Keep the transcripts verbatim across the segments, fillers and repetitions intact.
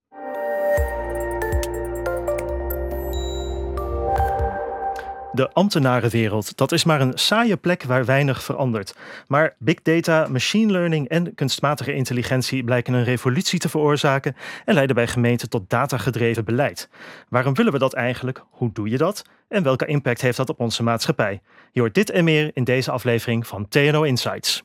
De ambtenarenwereld, dat is maar een saaie plek waar weinig verandert. Maar big data, machine learning en kunstmatige intelligentie blijken een revolutie te veroorzaken en leiden bij gemeenten tot datagedreven beleid. Waarom willen we dat eigenlijk? Hoe doe je dat? En welke impact heeft dat op onze maatschappij? Je hoort dit en meer in deze aflevering van T N O Insights.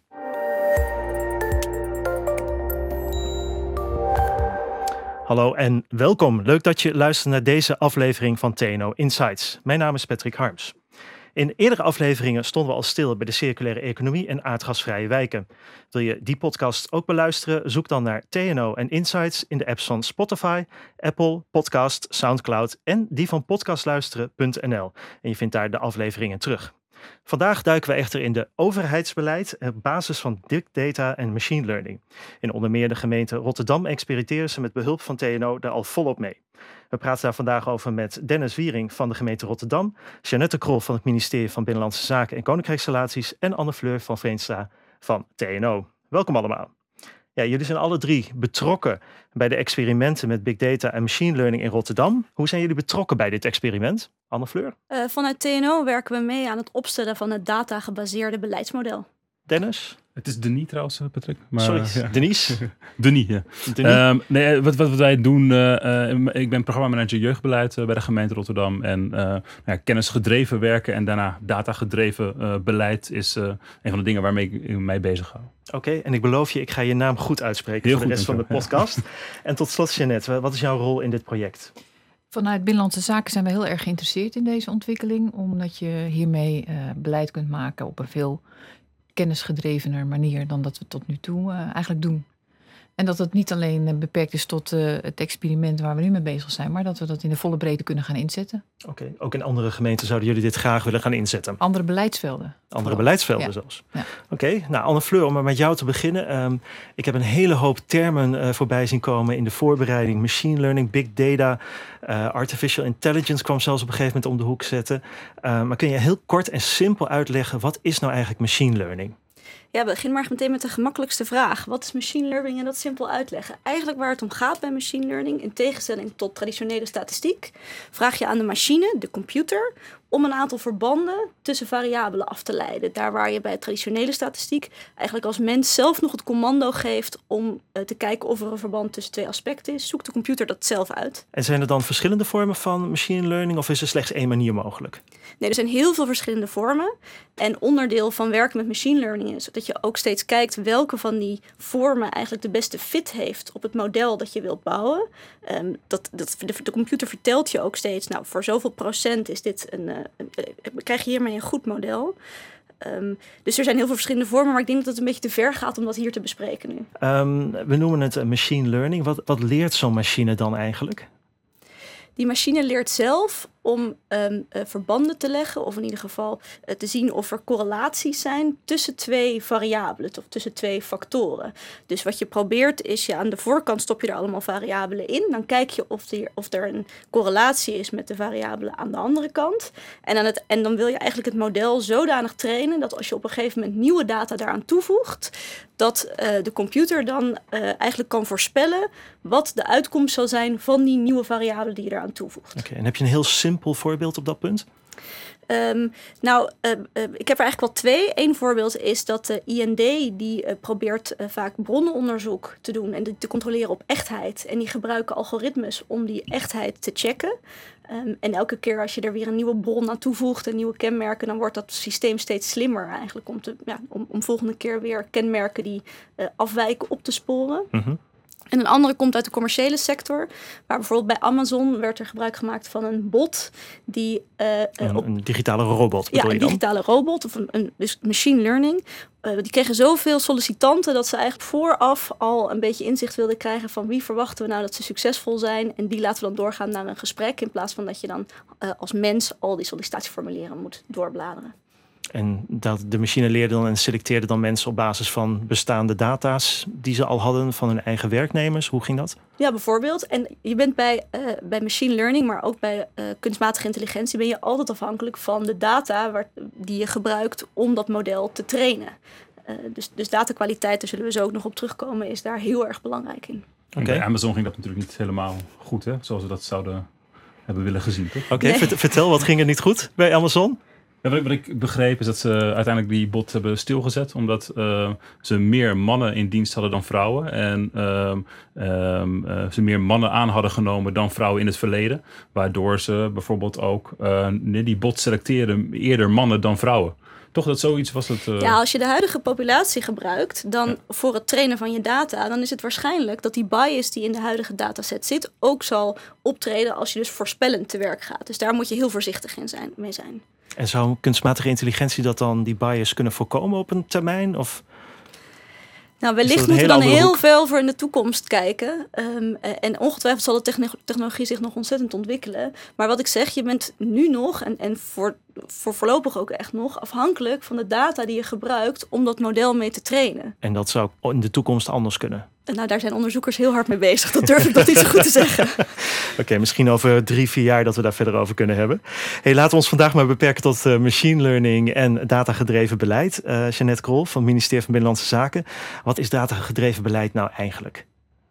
Hallo en welkom. Leuk dat je luistert naar deze aflevering van T N O Insights. Mijn naam is Patrick Harms. In eerdere afleveringen stonden we al stil bij de circulaire economie en aardgasvrije wijken. Wil je die podcast ook beluisteren? Zoek dan naar T N O en Insights in de apps van Spotify, Apple, Podcast, Soundcloud en die van podcastluisteren punt n l. En je vindt daar de afleveringen terug. Vandaag duiken we echter in de overheidsbeleid op basis van big data en machine learning. In onder meer de gemeente Rotterdam experimenteren ze met behulp van T N O daar al volop mee. We praten daar vandaag over met Dennis Wiering van de gemeente Rotterdam, Jeannette Krol van het ministerie van Binnenlandse Zaken en Koninkrijksrelaties en Anne Fleur van Veenstra van T N O. Welkom allemaal. Ja, jullie zijn alle drie betrokken bij de experimenten met big data en machine learning in Rotterdam. Hoe zijn jullie betrokken bij dit experiment? Anne Fleur? Uh, vanuit T N O werken we mee aan het opstellen van het data-gebaseerde beleidsmodel. Dennis? Het is Denis trouwens, Patrick. Maar, Sorry, ja. Denise? Denis, ja. Denis? Um, nee, wat, wat wij doen, uh, uh, ik ben programmamanager jeugdbeleid uh, bij de gemeente Rotterdam. En uh, ja, kennisgedreven werken en daarna datagedreven uh, beleid is uh, een van de dingen waarmee ik mij bezig hou. Oké, okay, en ik beloof je, ik ga je naam goed uitspreken Heel voor goed, de rest van de podcast. Ja. En tot slot, Jeannette, wat is jouw rol in dit project? Vanuit Binnenlandse Zaken zijn we heel erg geïnteresseerd in deze ontwikkeling, omdat je hiermee uh, beleid kunt maken op een veel kennisgedrevener manier dan dat we tot nu toe uh, eigenlijk doen. En dat het niet alleen uh, beperkt is tot uh, het experiment waar we nu mee bezig zijn, maar dat we dat in de volle breedte kunnen gaan inzetten. Oké, okay. Ook in andere gemeenten zouden jullie dit graag willen gaan inzetten? Andere beleidsvelden. Andere vooral. beleidsvelden ja. zelfs. Ja. Oké, okay. Nou Anne Fleur, om maar met jou te beginnen. Um, ik heb een hele hoop termen uh, voorbij zien komen in de voorbereiding. Machine learning, big data, uh, artificial intelligence kwam zelfs op een gegeven moment om de hoek zetten. Uh, maar kun je heel kort en simpel uitleggen, wat is nou eigenlijk machine learning? Ja, begin maar meteen met de gemakkelijkste vraag. Wat is machine learning en dat simpel uitleggen? Eigenlijk waar het om gaat bij machine learning, in tegenstelling tot traditionele statistiek, vraag je aan de machine, de computer, om een aantal verbanden tussen variabelen af te leiden. Daar waar je bij traditionele statistiek eigenlijk als mens zelf nog het commando geeft om uh, te kijken of er een verband tussen twee aspecten is, zoekt de computer dat zelf uit. En zijn er dan verschillende vormen van machine learning of is er slechts één manier mogelijk? Nee, er zijn heel veel verschillende vormen. En onderdeel van werken met machine learning is dat je ook steeds kijkt welke van die vormen eigenlijk de beste fit heeft op het model dat je wilt bouwen. Um, dat, dat, de, de computer vertelt je ook steeds, nou voor zoveel procent is dit een, uh, een, uh, krijg je hiermee een goed model. Um, dus er zijn heel veel verschillende vormen, maar ik denk dat het een beetje te ver gaat om dat hier te bespreken nu. Um, we noemen het machine learning. Wat, wat leert zo'n machine dan eigenlijk? Die machine leert zelf om um, uh, verbanden te leggen, of in ieder geval uh, te zien of er correlaties zijn tussen twee variabelen, of tussen twee factoren. Dus wat je probeert is, ja, aan de voorkant stop je er allemaal variabelen in. Dan kijk je of er, of er een correlatie is met de variabelen aan de andere kant. En, aan het, en dan wil je eigenlijk het model zodanig trainen dat als je op een gegeven moment nieuwe data daaraan toevoegt, dat uh, de computer dan uh, eigenlijk kan voorspellen wat de uitkomst zal zijn van die nieuwe variabelen die je eraan toevoegt. Oké, okay, en heb je een heel simpel voorbeeld op dat punt? Um, nou, uh, uh, ik heb er eigenlijk wel twee. Eén voorbeeld is dat de I N D die uh, probeert uh, vaak bronnenonderzoek te doen en te controleren op echtheid. En die gebruiken algoritmes om die echtheid te checken. Um, en elke keer als je er weer een nieuwe bron aan toevoegt en nieuwe kenmerken, dan wordt dat systeem steeds slimmer eigenlijk om, te, ja, om, om volgende keer weer kenmerken die uh, afwijken op te sporen. Mm-hmm. En een andere komt uit de commerciële sector. Waar bijvoorbeeld bij Amazon werd er gebruik gemaakt van een bot. Die, uh, een, op, een digitale robot bedoel ja, je dan? een digitale robot of een, een dus machine learning. Uh, die kregen zoveel sollicitanten dat ze eigenlijk vooraf al een beetje inzicht wilden krijgen van wie verwachten we nou dat ze succesvol zijn. En die laten we dan doorgaan naar een gesprek in plaats van dat je dan uh, als mens al die sollicitatieformulieren moet doorbladeren. En dat de machine leerde dan en selecteerde dan mensen op basis van bestaande data's die ze al hadden van hun eigen werknemers. Hoe ging dat? Ja, bijvoorbeeld. En je bent bij, uh, bij machine learning, maar ook bij uh, kunstmatige intelligentie, ben je altijd afhankelijk van de data waar, die je gebruikt om dat model te trainen. Uh, dus, dus datakwaliteit, daar zullen we zo ook nog op terugkomen, is daar heel erg belangrijk in. Okay. Bij Amazon ging dat natuurlijk niet helemaal goed, hè? Zoals we dat zouden hebben willen gezien, toch? Oké, okay, nee. Vertel, wat ging er niet goed bij Amazon? Ja, wat, ik, wat ik begreep is dat ze uiteindelijk die bot hebben stilgezet, omdat uh, ze meer mannen in dienst hadden dan vrouwen. En uh, um, uh, ze meer mannen aan hadden genomen dan vrouwen in het verleden. Waardoor ze bijvoorbeeld ook uh, die bot selecteren eerder mannen dan vrouwen. Toch dat zoiets was het... Uh... Ja, als je de huidige populatie gebruikt, dan ja. voor het trainen van je data, dan is het waarschijnlijk dat die bias die in de huidige dataset zit, ook zal optreden als je dus voorspellend te werk gaat. Dus daar moet je heel voorzichtig in zijn, mee zijn. En zou kunstmatige intelligentie dat dan die bias kunnen voorkomen op een termijn? Of... Nou, wellicht moeten we dan heel hoek? veel voor in de toekomst kijken. Um, en ongetwijfeld zal de techn- technologie zich nog ontzettend ontwikkelen. Maar wat ik zeg, je bent nu nog, en, en voor, voor voorlopig ook echt nog, afhankelijk van de data die je gebruikt om dat model mee te trainen. En dat zou in de toekomst anders kunnen? Nou, daar zijn onderzoekers heel hard mee bezig. Dat durf ik nog niet zo goed te zeggen. Oké, okay, misschien over drie, vier jaar dat we daar verder over kunnen hebben. Hey, laten we ons vandaag maar beperken tot uh, machine learning en datagedreven beleid. Uh, Jeanette Krol van het ministerie van Binnenlandse Zaken. Wat is datagedreven beleid nou eigenlijk?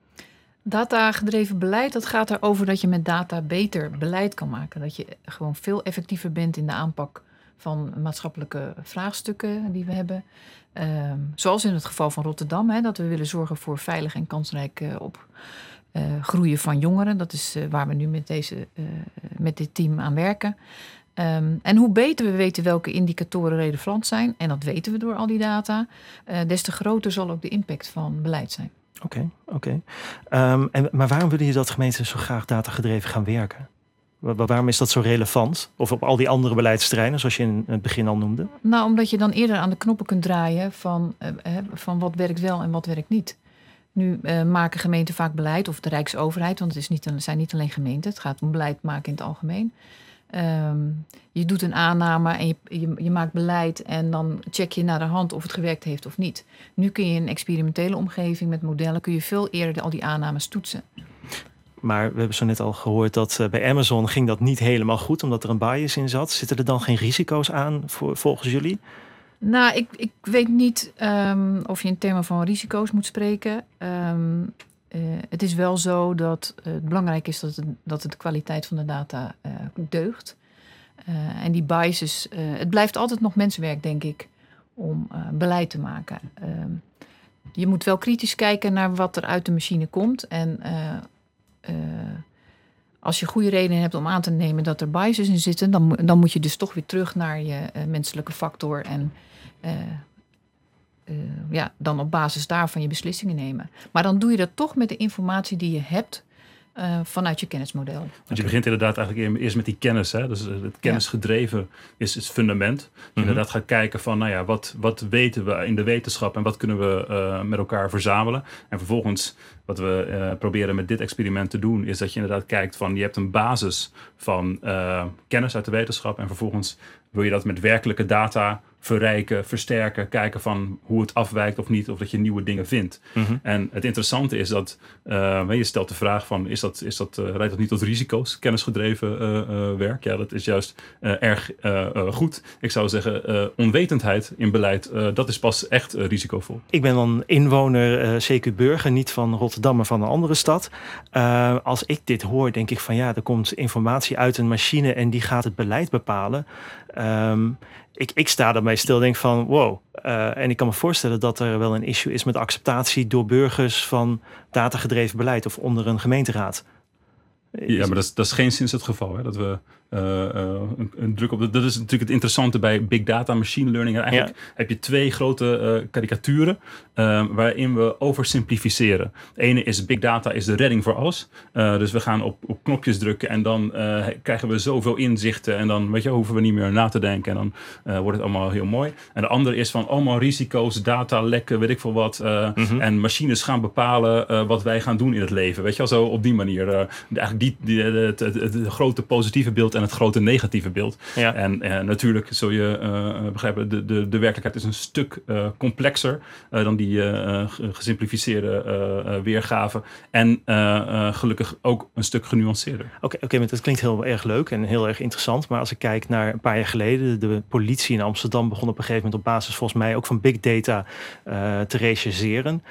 Datagedreven beleid, dat gaat erover dat je met data beter beleid kan maken. Dat je gewoon veel effectiever bent in de aanpak van maatschappelijke vraagstukken die we hebben. Um, zoals in het geval van Rotterdam, hè, dat we willen zorgen voor veilig en kansrijk uh, op uh, groeien van jongeren. Dat is uh, waar we nu met, deze, uh, met dit team aan werken. Um, en hoe beter we weten welke indicatoren relevant zijn, en dat weten we door al die data, uh, des te groter zal ook de impact van beleid zijn. Oké, okay, oké. Okay. Um, maar waarom willen je dat gemeenten zo graag datagedreven gaan werken? Waarom is dat zo relevant? Of op al die andere beleidsterreinen, zoals je in het begin al noemde? Nou, omdat je dan eerder aan de knoppen kunt draaien van, uh, van wat werkt wel en wat werkt niet. Nu uh, maken gemeenten vaak beleid, of de Rijksoverheid, want het is niet, het zijn niet alleen gemeenten. Het gaat om beleid maken in het algemeen. Um, je doet een aanname en je, je, je maakt beleid en dan check je naar de hand of het gewerkt heeft of niet. Nu kun je in een experimentele omgeving met modellen kun je veel eerder al die aannames toetsen. Maar we hebben zo net al gehoord dat uh, bij Amazon ging dat niet helemaal goed, omdat er een bias in zat. Zitten er dan geen risico's aan voor, volgens jullie? Nou, ik, ik weet niet um, of je in termen van risico's moet spreken. Um, uh, het is wel zo dat uh, het belangrijk is dat, het, dat de kwaliteit van de data uh, deugt. Uh, en die biases, uh, het blijft altijd nog mensenwerk, denk ik, om uh, beleid te maken. Uh, je moet wel kritisch kijken naar wat er uit de machine komt en... Uh, Uh, als je goede redenen hebt om aan te nemen dat er biases in zitten, dan, dan moet je dus toch weer terug naar je uh, menselijke factor en uh, uh, ja, dan op basis daarvan je beslissingen nemen. Maar dan doe je dat toch met de informatie die je hebt uh, vanuit je kennismodel. Want je okay. begint inderdaad eigenlijk eerst met die kennis. Hè? Dus het kennisgedreven ja. is het fundament. Je mm-hmm. inderdaad gaat kijken van, nou ja, wat, wat weten we in de wetenschap en wat kunnen we uh, met elkaar verzamelen. En vervolgens, wat we uh, proberen met dit experiment te doen, is dat je inderdaad kijkt van, je hebt een basis van uh, kennis uit de wetenschap en vervolgens wil je dat met werkelijke data verrijken, versterken, kijken van hoe het afwijkt of niet, of dat je nieuwe dingen vindt. Mm-hmm. En het interessante is dat, uh, je stelt de vraag van, is dat, is dat, uh, leidt dat niet tot risico's, kennisgedreven uh, uh, werk? Ja, dat is juist uh, erg uh, uh, goed. Ik zou zeggen, uh, onwetendheid in beleid, uh, dat is pas echt uh, risicovol. Ik ben dan inwoner, uh, C Q burger, niet van Rotterdam, maar van een andere stad. Uh, als ik dit hoor, denk ik van ja, er komt informatie uit een machine en die gaat het beleid bepalen. Um, Ik, ik sta daarbij stil en denk van wow. Uh, en ik kan me voorstellen dat er wel een issue is met acceptatie door burgers van datagedreven beleid of onder een gemeenteraad. Ja, maar dat is, dat is geen sinds het geval. Hè? Dat we uh, uh, een, een druk op... De, dat is natuurlijk het interessante bij big data, machine learning. Eigenlijk ja. heb je twee grote uh, karikaturen uh, waarin we oversimplificeren. De ene is big data is de redding voor alles. Uh, dus we gaan op, op knopjes drukken en dan uh, krijgen we zoveel inzichten. En dan weet je, hoeven we niet meer na te denken. En dan uh, wordt het allemaal heel mooi. En de andere is van allemaal risico's, data lekken, weet ik veel wat. Uh, mm-hmm. En machines gaan bepalen uh, wat wij gaan doen in het leven. Weet je wel, zo op die manier. Uh, eigenlijk die, die, het, het, het, het grote positieve beeld en het grote negatieve beeld. Ja. En uh, natuurlijk zul je uh, begrijpen, de, de, de werkelijkheid is een stuk uh, complexer uh, dan die uh, gesimplificeerde uh, uh, weergave. En uh, uh, gelukkig ook een stuk genuanceerder. Oké, okay, okay, dat klinkt heel erg leuk en heel erg interessant. Maar als ik kijk naar een paar jaar geleden, de politie in Amsterdam begon op een gegeven moment op basis volgens mij ook van big data uh, te rechercheren.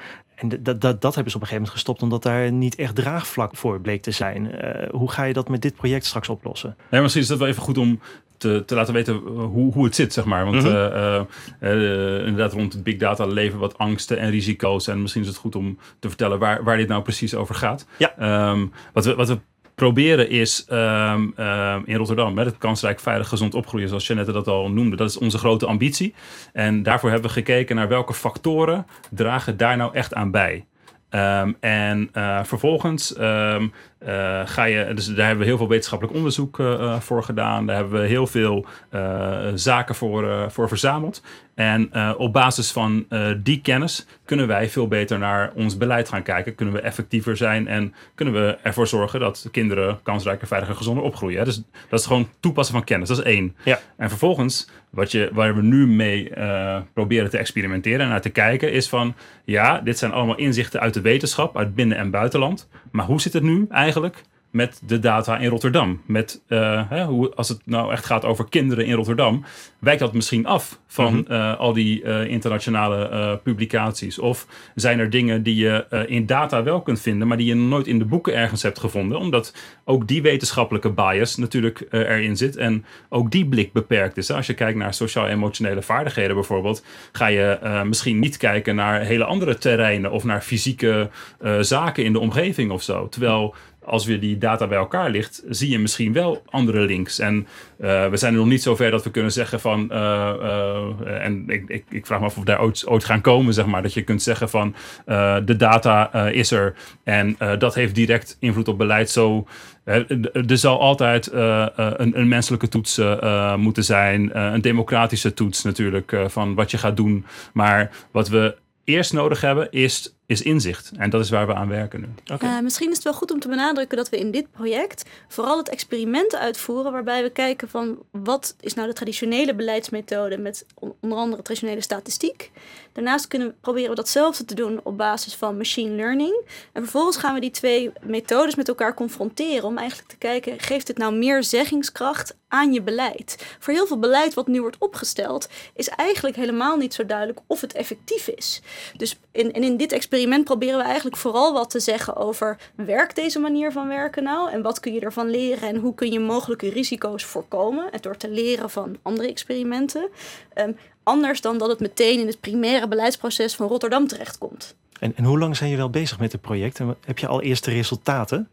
En dat, dat, dat hebben ze op een gegeven moment gestopt omdat daar niet echt draagvlak voor bleek te zijn. Uh, hoe ga je dat met dit project straks oplossen? Ja, misschien is dat wel even goed om te, te laten weten hoe, hoe het zit, zeg maar. Want mm-hmm. uh, uh, uh, inderdaad rond big data leven wat angsten en risico's. En misschien is het goed om te vertellen waar, waar dit nou precies over gaat. Ja. Um, wat we, wat we proberen is um, um, in Rotterdam met het kansrijk, veilig, gezond opgroeien, zoals Jeannette dat al noemde. Dat is onze grote ambitie. En daarvoor hebben we gekeken naar welke factoren dragen daar nou echt aan bij. Um, en uh, vervolgens um, uh, ga je, dus daar hebben we heel veel wetenschappelijk onderzoek uh, voor gedaan. Daar hebben we heel veel uh, zaken voor, uh, voor verzameld. En uh, op basis van uh, die kennis kunnen wij veel beter naar ons beleid gaan kijken. Kunnen we effectiever zijn en kunnen we ervoor zorgen dat kinderen kansrijker, veiliger, gezonder opgroeien. Hè? Dus dat is gewoon toepassen van kennis. Dat is één. Ja. En vervolgens, wat je, waar we nu mee uh, proberen te experimenteren en naar te kijken, is van, ja, dit zijn allemaal inzichten uit de wetenschap, uit binnen- en buitenland. Maar hoe zit het nu eigenlijk met de data in Rotterdam? Met, uh, hè, hoe, als het nou echt gaat over kinderen in Rotterdam, wijkt dat misschien af van mm-hmm. uh, al die uh, internationale uh, publicaties? Of zijn er dingen die je uh, in data wel kunt vinden, maar die je nog nooit in de boeken ergens hebt gevonden? Omdat ook die wetenschappelijke bias natuurlijk uh, erin zit en ook die blik beperkt is. Hè? Als je kijkt naar sociaal-emotionele vaardigheden bijvoorbeeld, ga je uh, misschien niet kijken naar hele andere terreinen of naar fysieke uh, zaken in de omgeving of zo. Terwijl als weer die data bij elkaar ligt, zie je misschien wel andere links. En uh, we zijn er nog niet zo ver dat we kunnen zeggen van, uh, uh, en ik, ik, ik vraag me af of we daar ooit, ooit gaan komen, zeg maar, dat je kunt zeggen van, uh, de data uh, is er en uh, dat heeft direct invloed op beleid. Zo, uh, er zal altijd uh, uh, een, een menselijke toets uh, moeten zijn, uh, een democratische toets natuurlijk, uh, van wat je gaat doen. Maar wat we eerst nodig hebben is, is inzicht. En dat is waar we aan werken nu. Okay. Uh, misschien is het wel goed om te benadrukken dat we in dit project vooral het experiment uitvoeren waarbij we kijken van wat is nou de traditionele beleidsmethode met onder andere traditionele statistiek. Daarnaast kunnen we, proberen we datzelfde te doen op basis van machine learning. En vervolgens gaan we die twee methodes met elkaar confronteren om eigenlijk te kijken, geeft het nou meer zeggingskracht aan je beleid? Voor heel veel beleid wat nu wordt opgesteld is eigenlijk helemaal niet zo duidelijk of het effectief is. Dus in, en in dit experiment proberen we eigenlijk vooral wat te zeggen over, werkt deze manier van werken nou? En wat kun je ervan leren? En hoe kun je mogelijke risico's voorkomen? En door te leren van andere experimenten. Um, anders dan dat het meteen in het primaire beleidsproces van Rotterdam terechtkomt. En, en hoe lang zijn je wel bezig met het project? En heb je al eerste resultaten?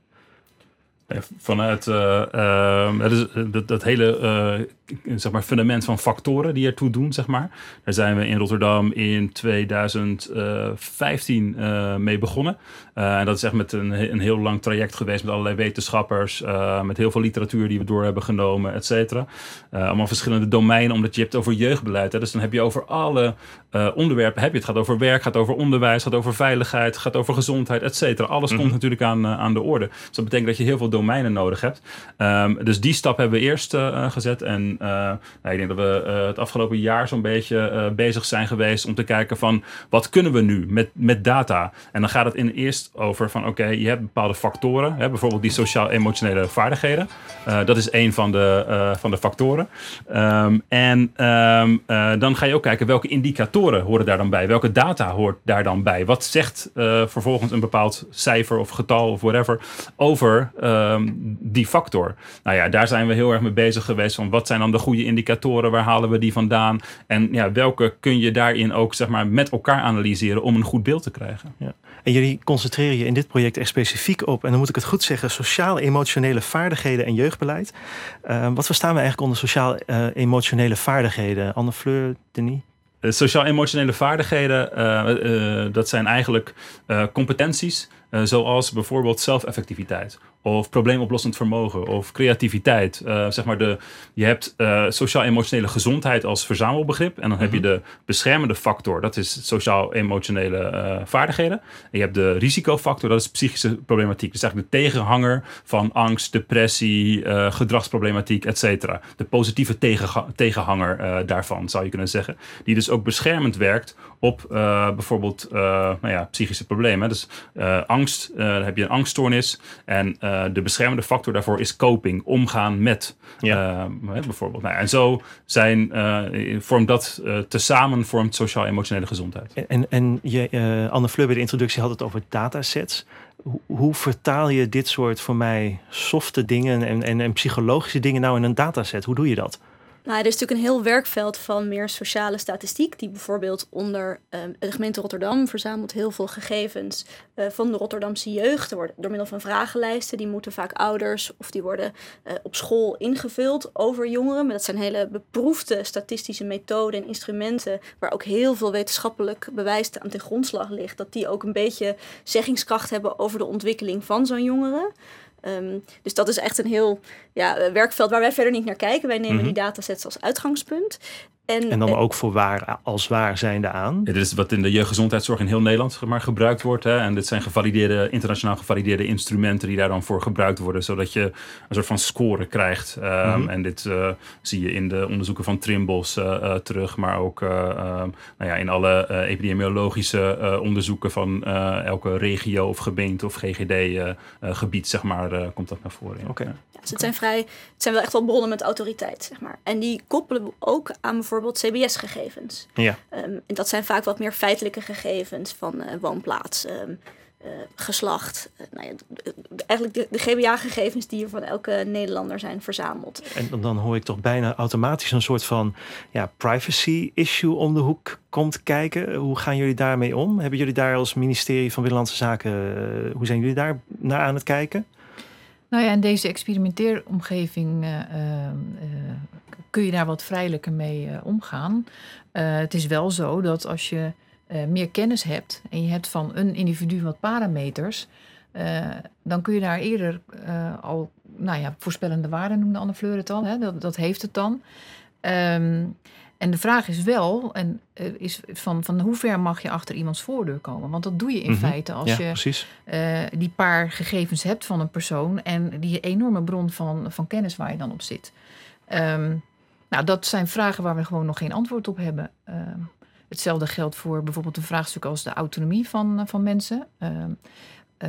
Vanuit uh, uh, dat, is, dat, dat hele uh, zeg maar fundament van factoren die ertoe doen, zeg maar. Daar zijn we in Rotterdam in tweeduizend vijftien uh, mee begonnen. Uh, en dat is echt met een, een heel lang traject geweest met allerlei wetenschappers, uh, met heel veel literatuur die we door hebben genomen, et cetera. Uh, allemaal verschillende domeinen, omdat je hebt over jeugdbeleid. Hè? Dus dan heb je over alle uh, onderwerpen, heb je het gaat over werk, gaat over onderwijs, gaat over veiligheid, gaat over gezondheid, et cetera. Alles mm-hmm. komt natuurlijk aan, uh, aan de orde. Dus dat betekent dat je heel veel domeinen nodig hebt. Um, dus die stap hebben we eerst uh, gezet. En uh, nou, ik denk dat we uh, het afgelopen jaar zo'n beetje uh, bezig zijn geweest om te kijken van wat kunnen we nu met, met data? En dan gaat het in eerst over van oké, okay, je hebt bepaalde factoren. Hè, bijvoorbeeld die sociaal-emotionele vaardigheden. Uh, dat is één van de, uh, van de factoren. Um, en um, uh, dan ga je ook kijken welke indicatoren horen daar dan bij. Welke data hoort daar dan bij? Wat zegt uh, vervolgens een bepaald cijfer of getal of whatever over um, die factor? Nou ja, daar zijn we heel erg mee bezig geweest van wat zijn dan de goede indicatoren? Waar halen we die vandaan? En ja, welke kun je daarin ook zeg maar met elkaar analyseren om een goed beeld te krijgen? Ja. En jullie concentreren je in dit project echt specifiek op, en dan moet ik het goed zeggen, sociaal-emotionele vaardigheden en jeugdbeleid. Uh, wat verstaan we eigenlijk onder sociaal-emotionele vaardigheden? Anne Fleur, Denis? Uh, sociaal-emotionele vaardigheden, uh, uh, dat zijn eigenlijk uh, competenties, uh, zoals bijvoorbeeld zelfeffectiviteit. Of probleemoplossend vermogen of creativiteit. Uh, zeg maar de, je hebt uh, sociaal-emotionele gezondheid als verzamelbegrip. En dan mm-hmm. heb je de beschermende factor. Dat is sociaal-emotionele uh, vaardigheden. En je hebt de risicofactor. Dat is psychische problematiek. Dus eigenlijk de tegenhanger van angst, depressie, uh, gedragsproblematiek, et cetera. De positieve tegenga- tegenhanger uh, daarvan, zou je kunnen zeggen. Die dus ook beschermend werkt op uh, bijvoorbeeld uh, nou ja, psychische problemen. Dus uh, angst angst, uh, dan heb je een angststoornis. En uh, de beschermende factor daarvoor is coping, omgaan met. Ja. Uh, bijvoorbeeld. Nou, en zo zijn, uh, vormt dat uh, tezamen vormt sociaal-emotionele gezondheid. En, en, en je, uh, Anne Fleur bij de introductie had het over datasets. Hoe, hoe vertaal je dit soort voor mij softe dingen en, en, en psychologische dingen nou in een dataset? Hoe doe je dat? Nou, er is natuurlijk een heel werkveld van meer sociale statistiek, die bijvoorbeeld onder uh, de gemeente Rotterdam verzamelt heel veel gegevens uh, van de Rotterdamse jeugd. Er worden door middel van vragenlijsten, die moeten vaak ouders of die worden uh, op school ingevuld over jongeren. Maar dat zijn hele beproefde statistische methoden en instrumenten waar ook heel veel wetenschappelijk bewijs aan ten grondslag ligt. Dat die ook een beetje zeggingskracht hebben over de ontwikkeling van zo'n jongere. Um, dus dat is echt een heel ja, werkveld waar wij verder niet naar kijken. Wij nemen mm-hmm. die datasets als uitgangspunt. En, en dan ook voor waar als waar zijnde aan? Ja, dit is wat in de jeugdgezondheidszorg in heel Nederland maar gebruikt wordt. Hè. En dit zijn gevalideerde, internationaal gevalideerde instrumenten die daar dan voor gebruikt worden. Zodat je een soort van score krijgt. Um, mm-hmm. En dit uh, zie je in de onderzoeken van Trimbos uh, uh, terug. Maar ook uh, uh, nou ja, in alle uh, epidemiologische uh, onderzoeken van uh, elke regio of gemeente of G G D uh, uh, gebied, zeg maar, uh, komt dat naar voren. Oké. Okay. Ja, dus het zijn vrij, het zijn wel echt wel bronnen met autoriteit, zeg maar. En die koppelen we ook aan bijvoorbeeld C B S-gegevens. Ja. Um, en dat zijn vaak wat meer feitelijke gegevens van uh, woonplaats, um, uh, geslacht. Uh, nou ja, eigenlijk de, de G B A-gegevens die er van elke Nederlander zijn verzameld. En dan hoor ik toch bijna automatisch een soort van ja, privacy-issue om de hoek komt kijken. Hoe gaan jullie daarmee om? Hebben jullie daar als ministerie van Binnenlandse Zaken, uh, hoe zijn jullie daar naar aan het kijken? Nou ja, in deze experimenteeromgeving uh, uh, kun je daar wat vrijelijker mee uh, omgaan. Uh, het is wel zo dat als je uh, meer kennis hebt en je hebt van een individu wat parameters, uh, dan kun je daar eerder uh, al, nou ja, voorspellende waarden noemde Anne Fleur het al. Hè? Dat, dat heeft het dan. Um, En de vraag is wel, en, uh, is van, van hoe ver mag je achter iemands voordeur komen? Want dat doe je in mm-hmm. feite als ja, je uh, die paar gegevens hebt van een persoon en die enorme bron van, van kennis waar je dan op zit. Um, nou, dat zijn vragen waar we gewoon nog geen antwoord op hebben. Uh, hetzelfde geldt voor bijvoorbeeld een vraagstuk als de autonomie van, van mensen. Uh, uh,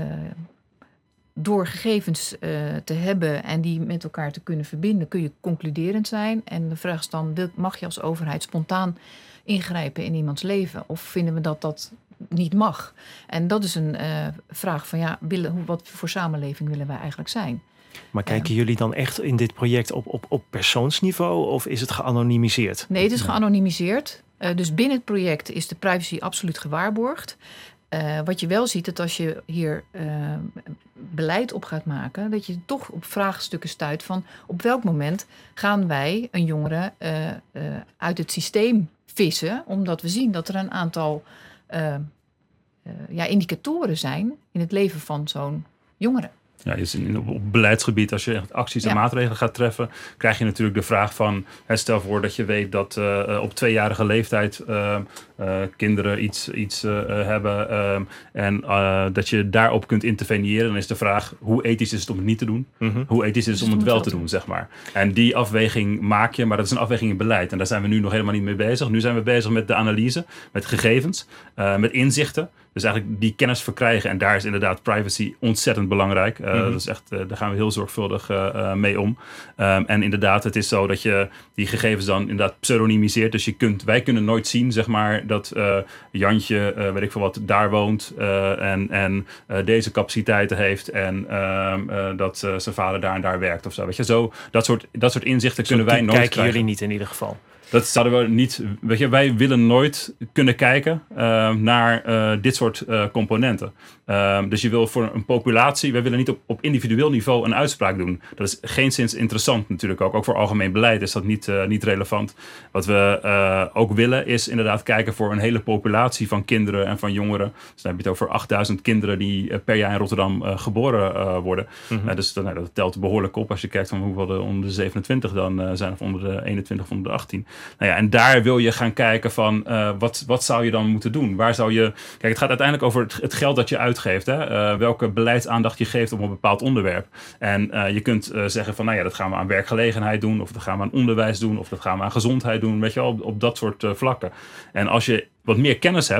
Door gegevens uh, te hebben en die met elkaar te kunnen verbinden, kun je concluderend zijn. En de vraag is dan, mag je als overheid spontaan ingrijpen in iemands leven? Of vinden we dat dat niet mag? En dat is een uh, vraag van, ja, willen, wat voor samenleving willen wij eigenlijk zijn? Maar kijken uh, jullie dan echt in dit project op, op, op persoonsniveau of is het geanonimiseerd? Nee, het is geanonimiseerd. Uh, dus binnen het project is de privacy absoluut gewaarborgd. Uh, wat je wel ziet, dat als je hier uh, beleid op gaat maken, dat je toch op vraagstukken stuit van op welk moment gaan wij een jongere uh, uh, uit het systeem vissen, omdat we zien dat er een aantal uh, uh, ja, indicatoren zijn in het leven van zo'n jongere. Ja, dus in, op, op beleidsgebied, als je echt acties en ja. maatregelen gaat treffen, krijg je natuurlijk de vraag van, stel voor dat je weet dat uh, op tweejarige leeftijd uh, uh, kinderen iets, iets uh, hebben uh, en uh, dat je daarop kunt interveneren. Dan is de vraag, hoe ethisch is het om het niet te doen? Mm-hmm. Hoe ethisch is het om het wel te doen, zeg maar. En die afweging maak je, maar dat is een afweging in beleid. En daar zijn we nu nog helemaal niet mee bezig. Nu zijn we bezig met de analyse, met gegevens, uh, met inzichten. Dus eigenlijk die kennis verkrijgen. En daar is inderdaad privacy ontzettend belangrijk. Uh, mm-hmm. dat is echt, uh, daar gaan we heel zorgvuldig uh, uh, mee om. Um, en inderdaad, het is zo dat je die gegevens dan inderdaad pseudonymiseert. Dus je kunt, wij kunnen nooit zien, zeg maar, dat uh, Jantje, uh, weet ik veel wat, daar woont. Uh, en en uh, deze capaciteiten heeft. En uh, uh, dat uh, zijn vader daar en daar werkt of zo. Weet je, zo dat soort, dat soort inzichten zo kunnen wij nooit kijken krijgen. Jullie niet in ieder geval. Dat zouden we niet. Weet je, wij willen nooit kunnen kijken uh, naar uh, dit soort uh, componenten. Uh, dus je wil voor een populatie. Wij willen niet op, op individueel niveau een uitspraak doen. Dat is geenszins interessant natuurlijk ook. Ook voor algemeen beleid is dat niet, uh, niet relevant. Wat we uh, ook willen is inderdaad kijken voor een hele populatie van kinderen en van jongeren. Dus dan heb je het over achtduizend kinderen die uh, per jaar in Rotterdam uh, geboren uh, worden. Mm-hmm. Uh, dus uh, nou, dat telt behoorlijk op als je kijkt van hoeveel er onder de zevenentwintig dan uh, zijn of onder de eenentwintig of onder de achttien. Nou ja, en daar wil je gaan kijken van uh, wat, wat zou je dan moeten doen? Waar zou je. Kijk, het gaat uiteindelijk over het, het geld dat je uitgeeft. Hè? Uh, welke beleidsaandacht je geeft op een bepaald onderwerp. En uh, je kunt uh, zeggen van nou ja, dat gaan we aan werkgelegenheid doen. Of dat gaan we aan onderwijs doen. Of dat gaan we aan gezondheid doen. Weet je wel, op, op dat soort uh, vlakken. En als je wat meer kennis hebt,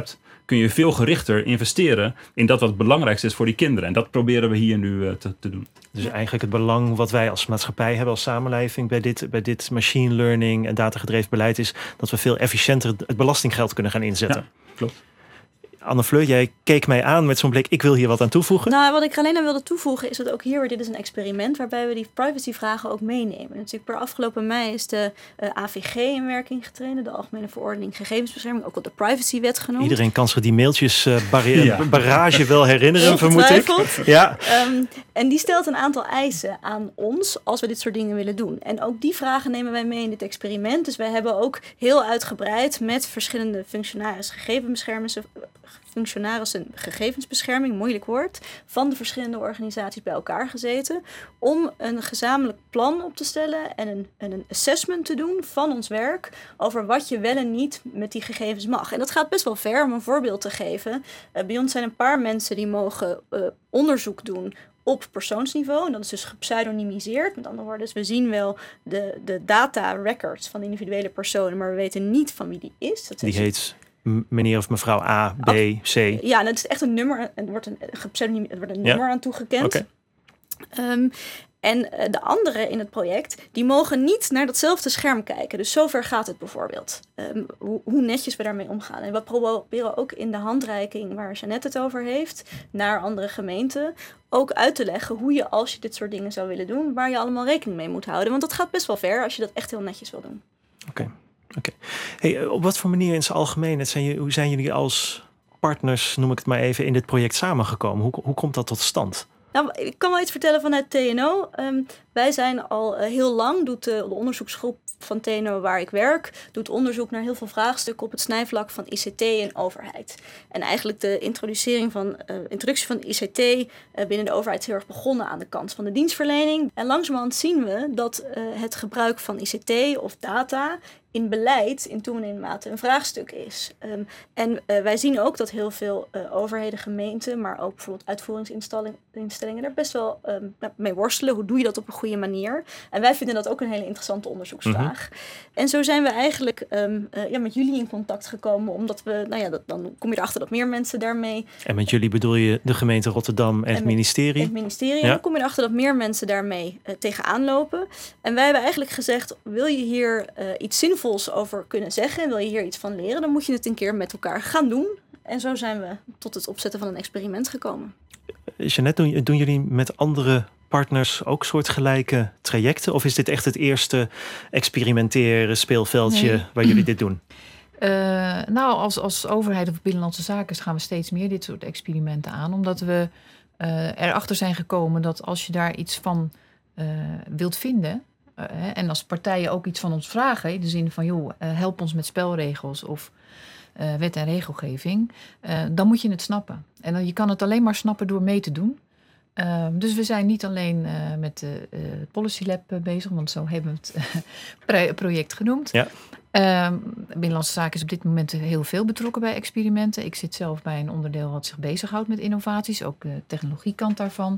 kun je veel gerichter investeren in dat wat het belangrijkste is voor die kinderen. En dat proberen we hier nu uh, te, te doen. Dus eigenlijk het belang wat wij als maatschappij hebben, als samenleving bij dit, bij dit machine learning en datagedreven beleid is dat we veel efficiënter het belastinggeld kunnen gaan inzetten. Ja, klopt. Anne Fleur, jij keek mij aan met zo'n blik, ik wil hier wat aan toevoegen. Nou, wat ik alleen aan wilde toevoegen is dat ook hier weer, dit is een experiment waarbij we die privacyvragen ook meenemen. Natuurlijk per afgelopen mei is de uh, A V G in werking getreden, de Algemene Verordening Gegevensbescherming, ook al de privacywet genoemd. Iedereen kan zich die mailtjes uh, barri- ja. barrage wel herinneren, vermoed ik. Ja. Um, en die stelt een aantal eisen aan ons als we dit soort dingen willen doen. En ook die vragen nemen wij mee in dit experiment. Dus wij hebben ook heel uitgebreid met verschillende functionarissen, gegevensbeschermers, functionarissen gegevensbescherming, moeilijk woord, van de verschillende organisaties bij elkaar gezeten om een gezamenlijk plan op te stellen en een, en een assessment te doen van ons werk over wat je wel en niet met die gegevens mag. En dat gaat best wel ver. Om een voorbeeld te geven. Uh, bij ons zijn een paar mensen die mogen uh, onderzoek doen op persoonsniveau. En dat is dus gepseudonymiseerd. Met andere woorden, dus we zien wel de, de data records van individuele personen, maar we weten niet van wie die is. Dat die heet meneer of mevrouw A, B, C. Ja, en het is echt een nummer. Er wordt een, er wordt een nummer ja. aan toegekend. Okay. Um, en uh, de anderen in het project, die mogen niet naar datzelfde scherm kijken. Dus zover gaat het bijvoorbeeld. Um, hoe, hoe netjes we daarmee omgaan. En we proberen ook in de handreiking, waar Jeannette het over heeft, naar andere gemeenten, ook uit te leggen hoe je, als je dit soort dingen zou willen doen, waar je allemaal rekening mee moet houden. Want dat gaat best wel ver als je dat echt heel netjes wil doen. Oké. Okay. Oké. Okay. Hey, op wat voor manier in zijn algemeen, zijn, hoe zijn jullie als partners, noem ik het maar even, in dit project samengekomen? Hoe, hoe komt dat tot stand? Nou, ik kan wel iets vertellen vanuit T N O. Um, wij zijn al uh, heel lang, doet de, de onderzoeksgroep van T N O waar ik werk, doet onderzoek naar heel veel vraagstukken op het snijvlak van I C T en overheid. En eigenlijk de introducering van, uh, introductie van I C T uh, binnen de overheid is heel erg begonnen aan de kant van de dienstverlening. En langzamerhand zien we dat uh, het gebruik van I C T of data in beleid in toenemende mate een vraagstuk is. Um, en uh, wij zien ook dat heel veel uh, overheden, gemeenten, maar ook bijvoorbeeld uitvoeringsinstellingen daar best wel um, mee worstelen. Hoe doe je dat op een goede manier? En wij vinden dat ook een hele interessante onderzoeksvraag. Mm-hmm. En zo zijn we eigenlijk um, uh, ja, met jullie in contact gekomen, omdat we, nou ja, dat, dan kom je erachter dat meer mensen daarmee. En met jullie bedoel je de gemeente Rotterdam en, en het ministerie? En het ministerie. Ja. Dan kom je erachter dat meer mensen daarmee uh, tegenaan lopen. En wij hebben eigenlijk gezegd, wil je hier uh, iets zinvols over kunnen zeggen, wil je hier iets van leren, dan moet je het een keer met elkaar gaan doen. En zo zijn we tot het opzetten van een experiment gekomen. Jeannette, doen, doen jullie met andere partners ook soortgelijke trajecten? Of is dit echt het eerste experimenteren speelveldje nee. waar jullie dit doen? Uh, nou, als, als overheid of Binnenlandse Zaken gaan we steeds meer dit soort experimenten aan. Omdat we uh, erachter zijn gekomen dat als je daar iets van uh, wilt vinden, Uh, en als partijen ook iets van ons vragen, in de zin van, joh, uh, help ons met spelregels of uh, wet en regelgeving, uh, dan moet je het snappen. En dan, je kan het alleen maar snappen door mee te doen. Uh, dus we zijn niet alleen uh, met het uh, Policy Lab uh, bezig, want zo hebben we het uh, project genoemd. Ja. Uh, Binnenlandse Zaken is op dit moment heel veel betrokken bij experimenten. Ik zit zelf bij een onderdeel wat zich bezighoudt met innovaties, ook de technologiekant daarvan.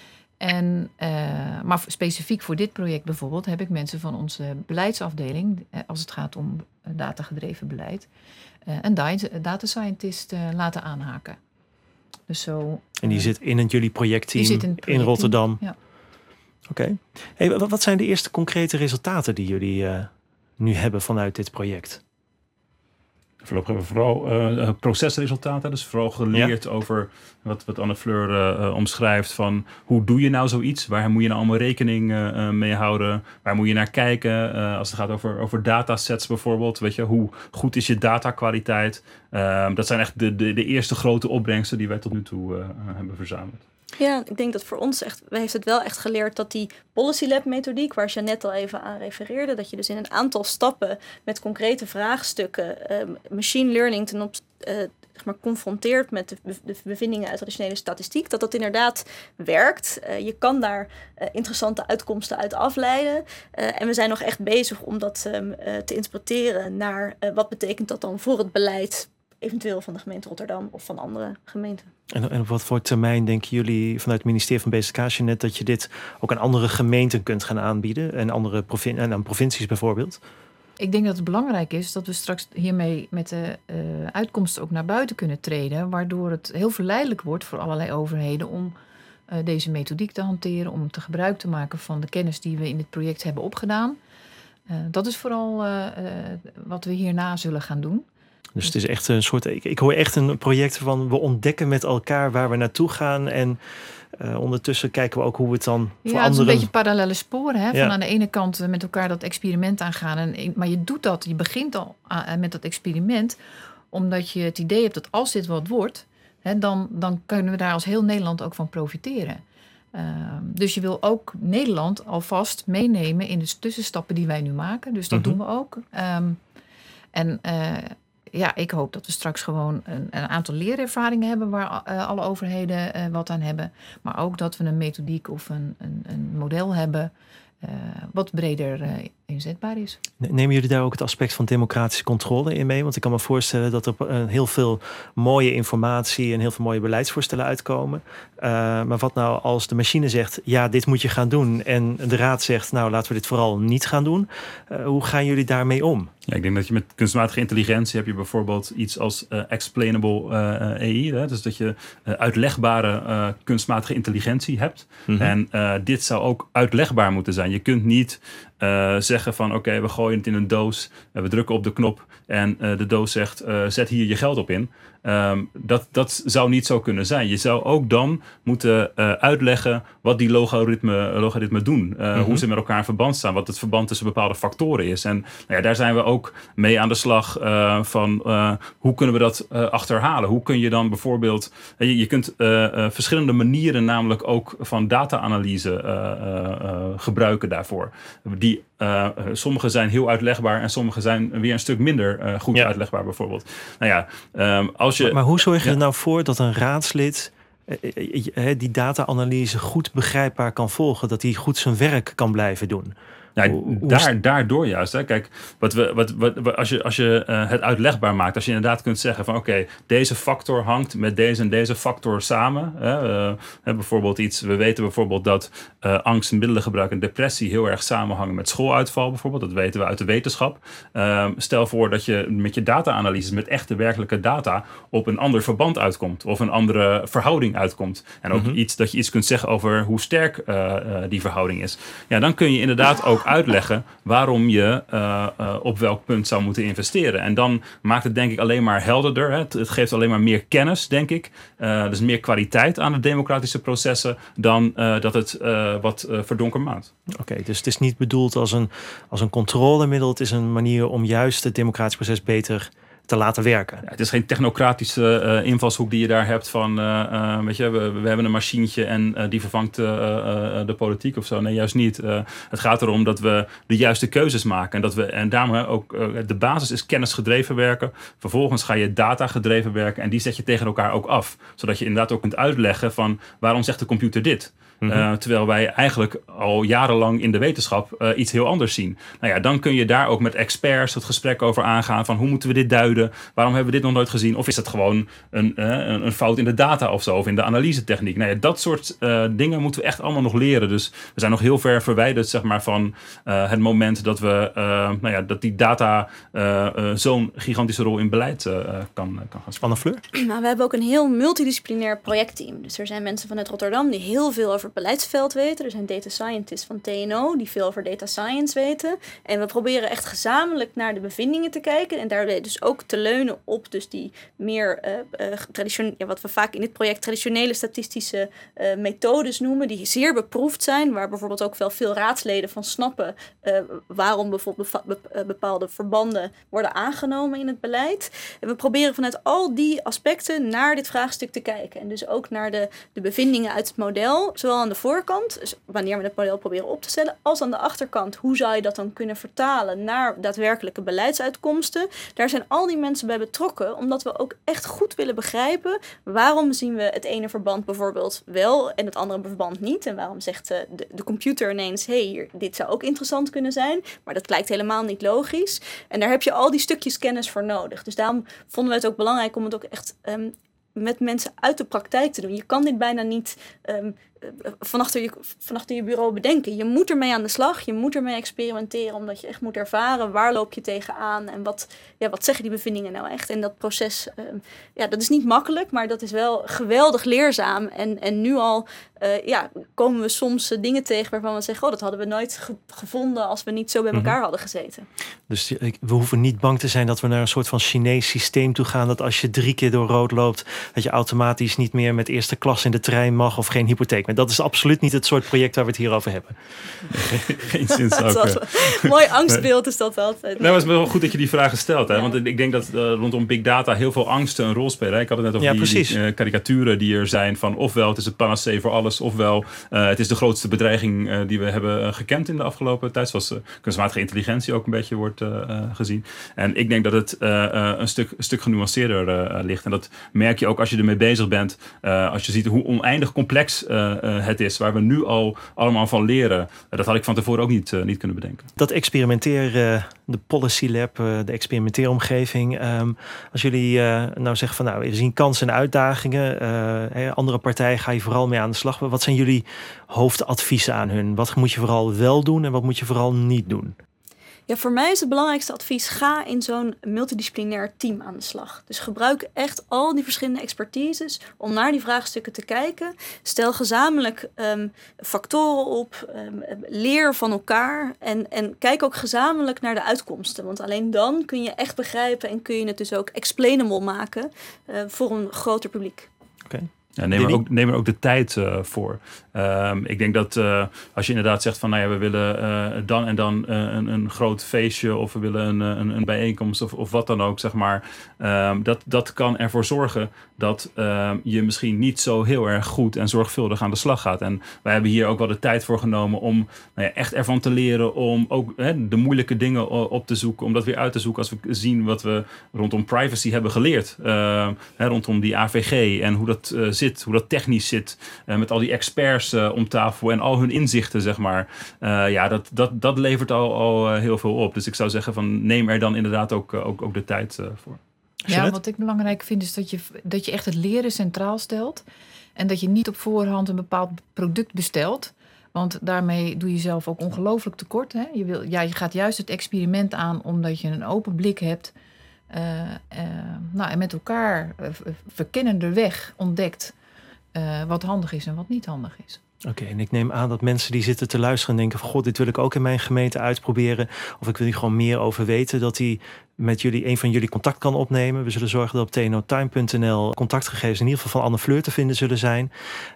En, uh, maar specifiek voor dit project bijvoorbeeld heb ik mensen van onze beleidsafdeling, als het gaat om datagedreven beleid, uh, een data scientist uh, laten aanhaken. Dus zo, en die uh, zit in het jullie projectteam in, projectteam, in Rotterdam? Ja. Oké. Okay. Hey, wat zijn de eerste concrete resultaten die jullie uh, nu hebben vanuit dit project? Voorlopig hebben we vooral uh, procesresultaten. Dus vooral geleerd ja. over wat, wat Anne Fleur uh, omschrijft. Van hoe doe je nou zoiets? Waar moet je nou allemaal rekening uh, mee houden? Waar moet je naar kijken? Uh, als het gaat over, over datasets bijvoorbeeld. Weet je, hoe goed is je datakwaliteit? Uh, dat zijn echt de, de, de eerste grote opbrengsten die wij tot nu toe uh, hebben verzameld. Ja, ik denk dat voor ons echt, we heeft het wel echt geleerd dat die Policy Lab methodiek, waar Jeannette al even aan refereerde, dat je dus in een aantal stappen met concrete vraagstukken uh, machine learning ten op, uh, zeg maar, confronteert met de, de bevindingen uit traditionele statistiek, dat dat inderdaad werkt. Uh, je kan daar uh, interessante uitkomsten uit afleiden. Uh, en we zijn nog echt bezig om dat um, uh, te interpreteren naar uh, wat betekent dat dan voor het beleid, eventueel van de gemeente Rotterdam of van andere gemeenten. En, en op wat voor termijn denken jullie vanuit het ministerie van B Z K net dat je dit ook aan andere gemeenten kunt gaan aanbieden en andere provin- en aan provincies bijvoorbeeld? Ik denk dat het belangrijk is dat we straks hiermee met de uh, uitkomsten ook naar buiten kunnen treden. Waardoor het heel verleidelijk wordt voor allerlei overheden om uh, deze methodiek te hanteren. Om te gebruik te maken van de kennis die we in dit project hebben opgedaan. Uh, dat is vooral uh, uh, wat we hierna zullen gaan doen. Dus het is echt een soort, ik, ik hoor echt een project van we ontdekken met elkaar waar we naartoe gaan. En uh, ondertussen kijken we ook hoe we het dan voor ja, anderen... het is een beetje parallele sporen. Hè? Van ja. aan de ene kant met elkaar dat experiment aangaan. En, maar je doet dat, je begint al aan, met dat experiment. Omdat je het idee hebt dat als dit wat wordt, hè, dan, dan kunnen we daar als heel Nederland ook van profiteren. Uh, dus je wil ook Nederland alvast meenemen in de tussenstappen die wij nu maken. Dus dat mm-hmm. doen we ook. Um, en... Uh, Ja, ik hoop dat we straks gewoon een, een aantal leerervaringen hebben waar uh, alle overheden uh, wat aan hebben. Maar ook dat we een methodiek of een, een, een model hebben uh, wat breder uh, inzetbaar is. Nemen jullie daar ook het aspect van democratische controle in mee? Want ik kan me voorstellen dat er uh, heel veel mooie informatie en heel veel mooie beleidsvoorstellen uitkomen. Uh, maar wat nou als de machine zegt, ja, dit moet je gaan doen. En de raad zegt, nou, laten we dit vooral niet gaan doen. Uh, hoe gaan jullie daarmee om? Ja, ik denk dat je met kunstmatige intelligentie heb je bijvoorbeeld iets als uh, explainable uh, A I. Hè? Dus dat je uh, uitlegbare uh, kunstmatige intelligentie hebt. Mm-hmm. En uh, dit zou ook uitlegbaar moeten zijn. Je kunt niet uh, zeggen van oké, okay, we gooien het in een doos. Uh, we drukken op de knop en uh, de doos zegt uh, zet hier je geld op in. Um, dat, dat zou niet zo kunnen zijn. Je zou ook dan moeten uh, uitleggen wat die logaritmen, logaritmen doen. Uh, mm-hmm. Hoe ze met elkaar in verband staan. Wat het verband tussen bepaalde factoren is. En nou ja, daar zijn we ook mee aan de slag uh, van uh, hoe kunnen we dat uh, achterhalen. Hoe kun je dan bijvoorbeeld... Je, je kunt uh, uh, verschillende manieren namelijk ook van data-analyse uh, uh, uh, gebruiken daarvoor. Die... Uh, sommige zijn heel uitlegbaar en sommige zijn weer een stuk minder uh, goed ja. uitlegbaar bijvoorbeeld. Nou ja, um, als je, maar, maar hoe zorg je ja. er nou voor dat een raadslid uh, die data-analyse goed begrijpbaar kan volgen, dat hij goed zijn werk kan blijven doen? Nou, hoe, daar, hoe... Daardoor juist. Hè. Kijk, wat we, wat, wat, als je, als je uh, het uitlegbaar maakt, als je inderdaad kunt zeggen van oké, okay, deze factor hangt met deze en deze factor samen. Hè. Uh, bijvoorbeeld iets, we weten bijvoorbeeld dat uh, angst, middelengebruik en depressie heel erg samenhangen met schooluitval bijvoorbeeld. Dat weten we uit de wetenschap. Uh, stel voor dat je met je data-analyses, met echte werkelijke data, op een ander verband uitkomt of een andere verhouding uitkomt. En ook mm-hmm. iets dat je iets kunt zeggen over hoe sterk uh, uh, die verhouding is. Ja, dan kun je inderdaad ook uitleggen waarom je uh, uh, op welk punt zou moeten investeren. En dan maakt het denk ik alleen maar helderder. Hè. Het, het geeft alleen maar meer kennis, denk ik. Uh, dus meer kwaliteit aan de democratische processen dan uh, dat het uh, wat uh, verdonkermaakt. Oké, okay, dus het is niet bedoeld als een, als een controlemiddel. Het is een manier om juist het democratisch proces beter te laten werken. Ja, het is geen technocratische uh, invalshoek die je daar hebt van, uh, uh, weet je, we, we hebben een machientje en uh, die vervangt uh, uh, de politiek of zo. Nee, juist niet. Uh, het gaat erom dat we de juiste keuzes maken. En, dat we, en daarom ook, uh, de basis is kennisgedreven werken. Vervolgens ga je datagedreven werken en die zet je tegen elkaar ook af. Zodat je inderdaad ook kunt uitleggen van waarom zegt de computer dit? Mm-hmm. Uh, terwijl wij eigenlijk al jarenlang in de wetenschap uh, iets heel anders zien. Nou ja, dan kun je daar ook met experts het gesprek over aangaan van hoe moeten we dit duiden? Waarom hebben we dit nog nooit gezien? Of is het gewoon een, uh, een, een fout in de data of zo? Of in de analysetechniek? Nou ja, dat soort uh, dingen moeten we echt allemaal nog leren. Dus we zijn nog heel ver verwijderd zeg maar, van uh, het moment dat, we, uh, nou ja, dat die data uh, uh, zo'n gigantische rol in beleid uh, kan, kan gaan spelen. Anne Fleur? Nou, we hebben ook een heel multidisciplinair projectteam. Dus er zijn mensen vanuit Rotterdam die heel veel over het beleidsveld weten. Er zijn data scientists van T N O die veel over data science weten. En we proberen echt gezamenlijk naar de bevindingen te kijken. En daarbij dus ook te leunen op dus die meer uh, uh, tradition- ja, wat we vaak in dit project traditionele statistische uh, methodes noemen. Die zeer beproefd zijn. Waar bijvoorbeeld ook wel veel raadsleden van snappen uh, waarom bijvoorbeeld bepa- bepaalde verbanden worden aangenomen in het beleid. En we proberen vanuit al die aspecten naar dit vraagstuk te kijken. En dus ook naar de, de bevindingen uit het model. Zowel aan de voorkant, dus wanneer we het model proberen op te stellen, als aan de achterkant. Hoe zou je dat dan kunnen vertalen naar daadwerkelijke beleidsuitkomsten? Daar zijn al die mensen bij betrokken, omdat we ook echt goed willen begrijpen waarom zien we het ene verband bijvoorbeeld wel en het andere verband niet. En waarom zegt de, de computer ineens, hé, hey, dit zou ook interessant kunnen zijn, maar dat lijkt helemaal niet logisch. En daar heb je al die stukjes kennis voor nodig. Dus daarom vonden we het ook belangrijk om het ook echt um, met mensen uit de praktijk te doen. Je kan dit bijna niet um, van, achter je, van achter je bureau bedenken. Je moet ermee aan de slag, je moet ermee experimenteren, omdat je echt moet ervaren waar loop je tegenaan en wat, ja, wat zeggen die bevindingen nou echt. En dat proces, uh, ja, dat is niet makkelijk, maar dat is wel geweldig leerzaam. En, en nu al uh, ja, komen we soms uh, dingen tegen waarvan we zeggen, oh, dat hadden we nooit ge- gevonden als we niet zo bij elkaar mm-hmm. hadden gezeten. Dus we hoeven niet bang te zijn dat we naar een soort van Chinees systeem toe gaan, dat als je drie keer door rood loopt, dat je automatisch niet meer met eerste klas in de trein mag of geen hypotheek. Maar dat is absoluut niet het soort project waar we het hier over hebben. Geen zin ook. Mooi angstbeeld is dat altijd. Nou, het is wel goed dat je die vragen stelt. Hè? Ja. Want ik denk dat uh, rondom big data heel veel angsten een rol spelen. Hè? Ik had het net over ja, die, die uh, karikaturen die er zijn van ofwel het is het panacee voor alles, ofwel uh, het is de grootste bedreiging uh, die we hebben uh, gekend in de afgelopen tijd. Zoals uh, kunstmatige intelligentie ook een beetje wordt uh, uh, gezien. En ik denk dat het uh, uh, een, stuk, een stuk genuanceerder uh, ligt. En dat merk je ook als je ermee bezig bent. Uh, als je ziet hoe oneindig complex uh, uh, het is, waar we nu al allemaal van leren. Uh, dat had ik van tevoren ook niet, uh, niet kunnen bedenken. Dat experimenteren, uh, de policy lab, uh, de experimenteeromgeving. Um, als jullie uh, nou zeggen van nou, we zien kansen en uitdagingen. Uh, hey, andere partijen ga je vooral mee aan de slag. Wat zijn jullie hoofdadviezen aan hun? Wat moet je vooral wel doen en wat moet je vooral niet doen? Ja, voor mij is het belangrijkste advies, ga in zo'n multidisciplinair team aan de slag. Dus gebruik echt al die verschillende expertises om naar die vraagstukken te kijken. Stel gezamenlijk um, factoren op, um, leer van elkaar en, en kijk ook gezamenlijk naar de uitkomsten. Want alleen dan kun je echt begrijpen en kun je het dus ook explainable maken uh, voor een groter publiek. Oké. Okay. Ja, neem, er ook, neem er ook de tijd uh, voor. Um, ik denk dat uh, als je inderdaad zegt van nou ja, we willen uh, dan en dan uh, een, een groot feestje of we willen een, een, een bijeenkomst of, of wat dan ook, zeg maar. Um, dat, dat kan ervoor zorgen dat um, je misschien niet zo heel erg goed en zorgvuldig aan de slag gaat. En wij hebben hier ook wel de tijd voor genomen om nou ja, echt ervan te leren, om ook hè, de moeilijke dingen op te zoeken, om dat weer uit te zoeken als we zien wat we rondom privacy hebben geleerd. Uh, hè, rondom die A V G en hoe dat uh, zit, hoe dat technisch zit, uh, met al die experts uh, om tafel en al hun inzichten, zeg maar. Uh, ja, dat, dat, dat levert al, al uh, heel veel op. Dus ik zou zeggen van neem er dan inderdaad ook, uh, ook, ook de tijd uh, voor. Ja, wat ik belangrijk vind is dat je, dat je echt het leren centraal stelt. En dat je niet op voorhand een bepaald product bestelt. Want daarmee doe je zelf ook ongelooflijk tekort. Hè? Je, wil, ja, je gaat juist het experiment aan omdat je een open blik hebt. Uh, uh, nou, en met elkaar uh, verkennenderweg ontdekt uh, wat handig is en wat niet handig is. Oké, okay, en ik neem aan dat mensen die zitten te luisteren en denken van god, dit wil ik ook in mijn gemeente uitproberen. Of ik wil hier gewoon meer over weten, dat die met jullie, een van jullie contact kan opnemen. We zullen zorgen dat op tnotime punt n l contactgegevens in ieder geval van Anne Fleur te vinden zullen zijn.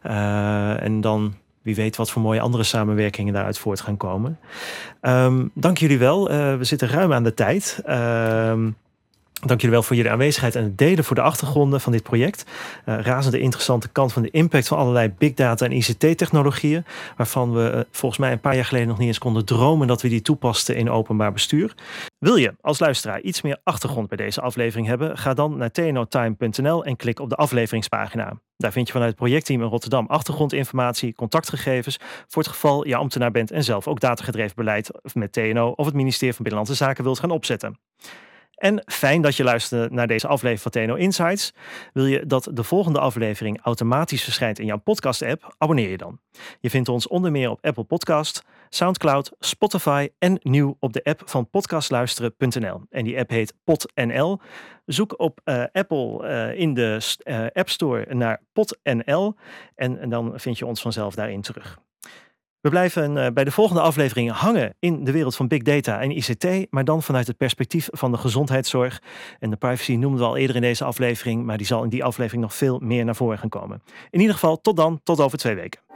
Uh, en dan wie weet wat voor mooie andere samenwerkingen daaruit voort gaan komen. Um, dank jullie wel. Uh, we zitten ruim aan de tijd. Um, Dank jullie wel voor jullie aanwezigheid en het delen voor de achtergronden van dit project. Uh, razende interessante kant van de impact van allerlei big data en I C T-technologieën, waarvan we uh, volgens mij een paar jaar geleden nog niet eens konden dromen dat we die toepasten in openbaar bestuur. Wil je als luisteraar iets meer achtergrond bij deze aflevering hebben? Ga dan naar tnotime punt n l en klik op de afleveringspagina. Daar vind je vanuit het projectteam in Rotterdam achtergrondinformatie, contactgegevens voor het geval je ambtenaar bent en zelf ook datagedreven beleid met T N O of het ministerie van Binnenlandse Zaken wilt gaan opzetten. En fijn dat je luistert naar deze aflevering van T N O Insights. Wil je dat de volgende aflevering automatisch verschijnt in jouw podcast-app? Abonneer je dan. Je vindt ons onder meer op Apple Podcast, Soundcloud, Spotify en nieuw op de app van podcastluisteren punt n l. En die app heet PodNL. Zoek op uh, Apple uh, in de uh, App Store naar PodNL en, en dan vind je ons vanzelf daarin terug. We blijven uh, bij de volgende aflevering hangen in de wereld van big data en I C T, maar dan vanuit het perspectief van de gezondheidszorg. En de privacy noemden we al eerder in deze aflevering, maar die zal in die aflevering nog veel meer naar voren gaan komen. In ieder geval, tot dan, tot over twee weken.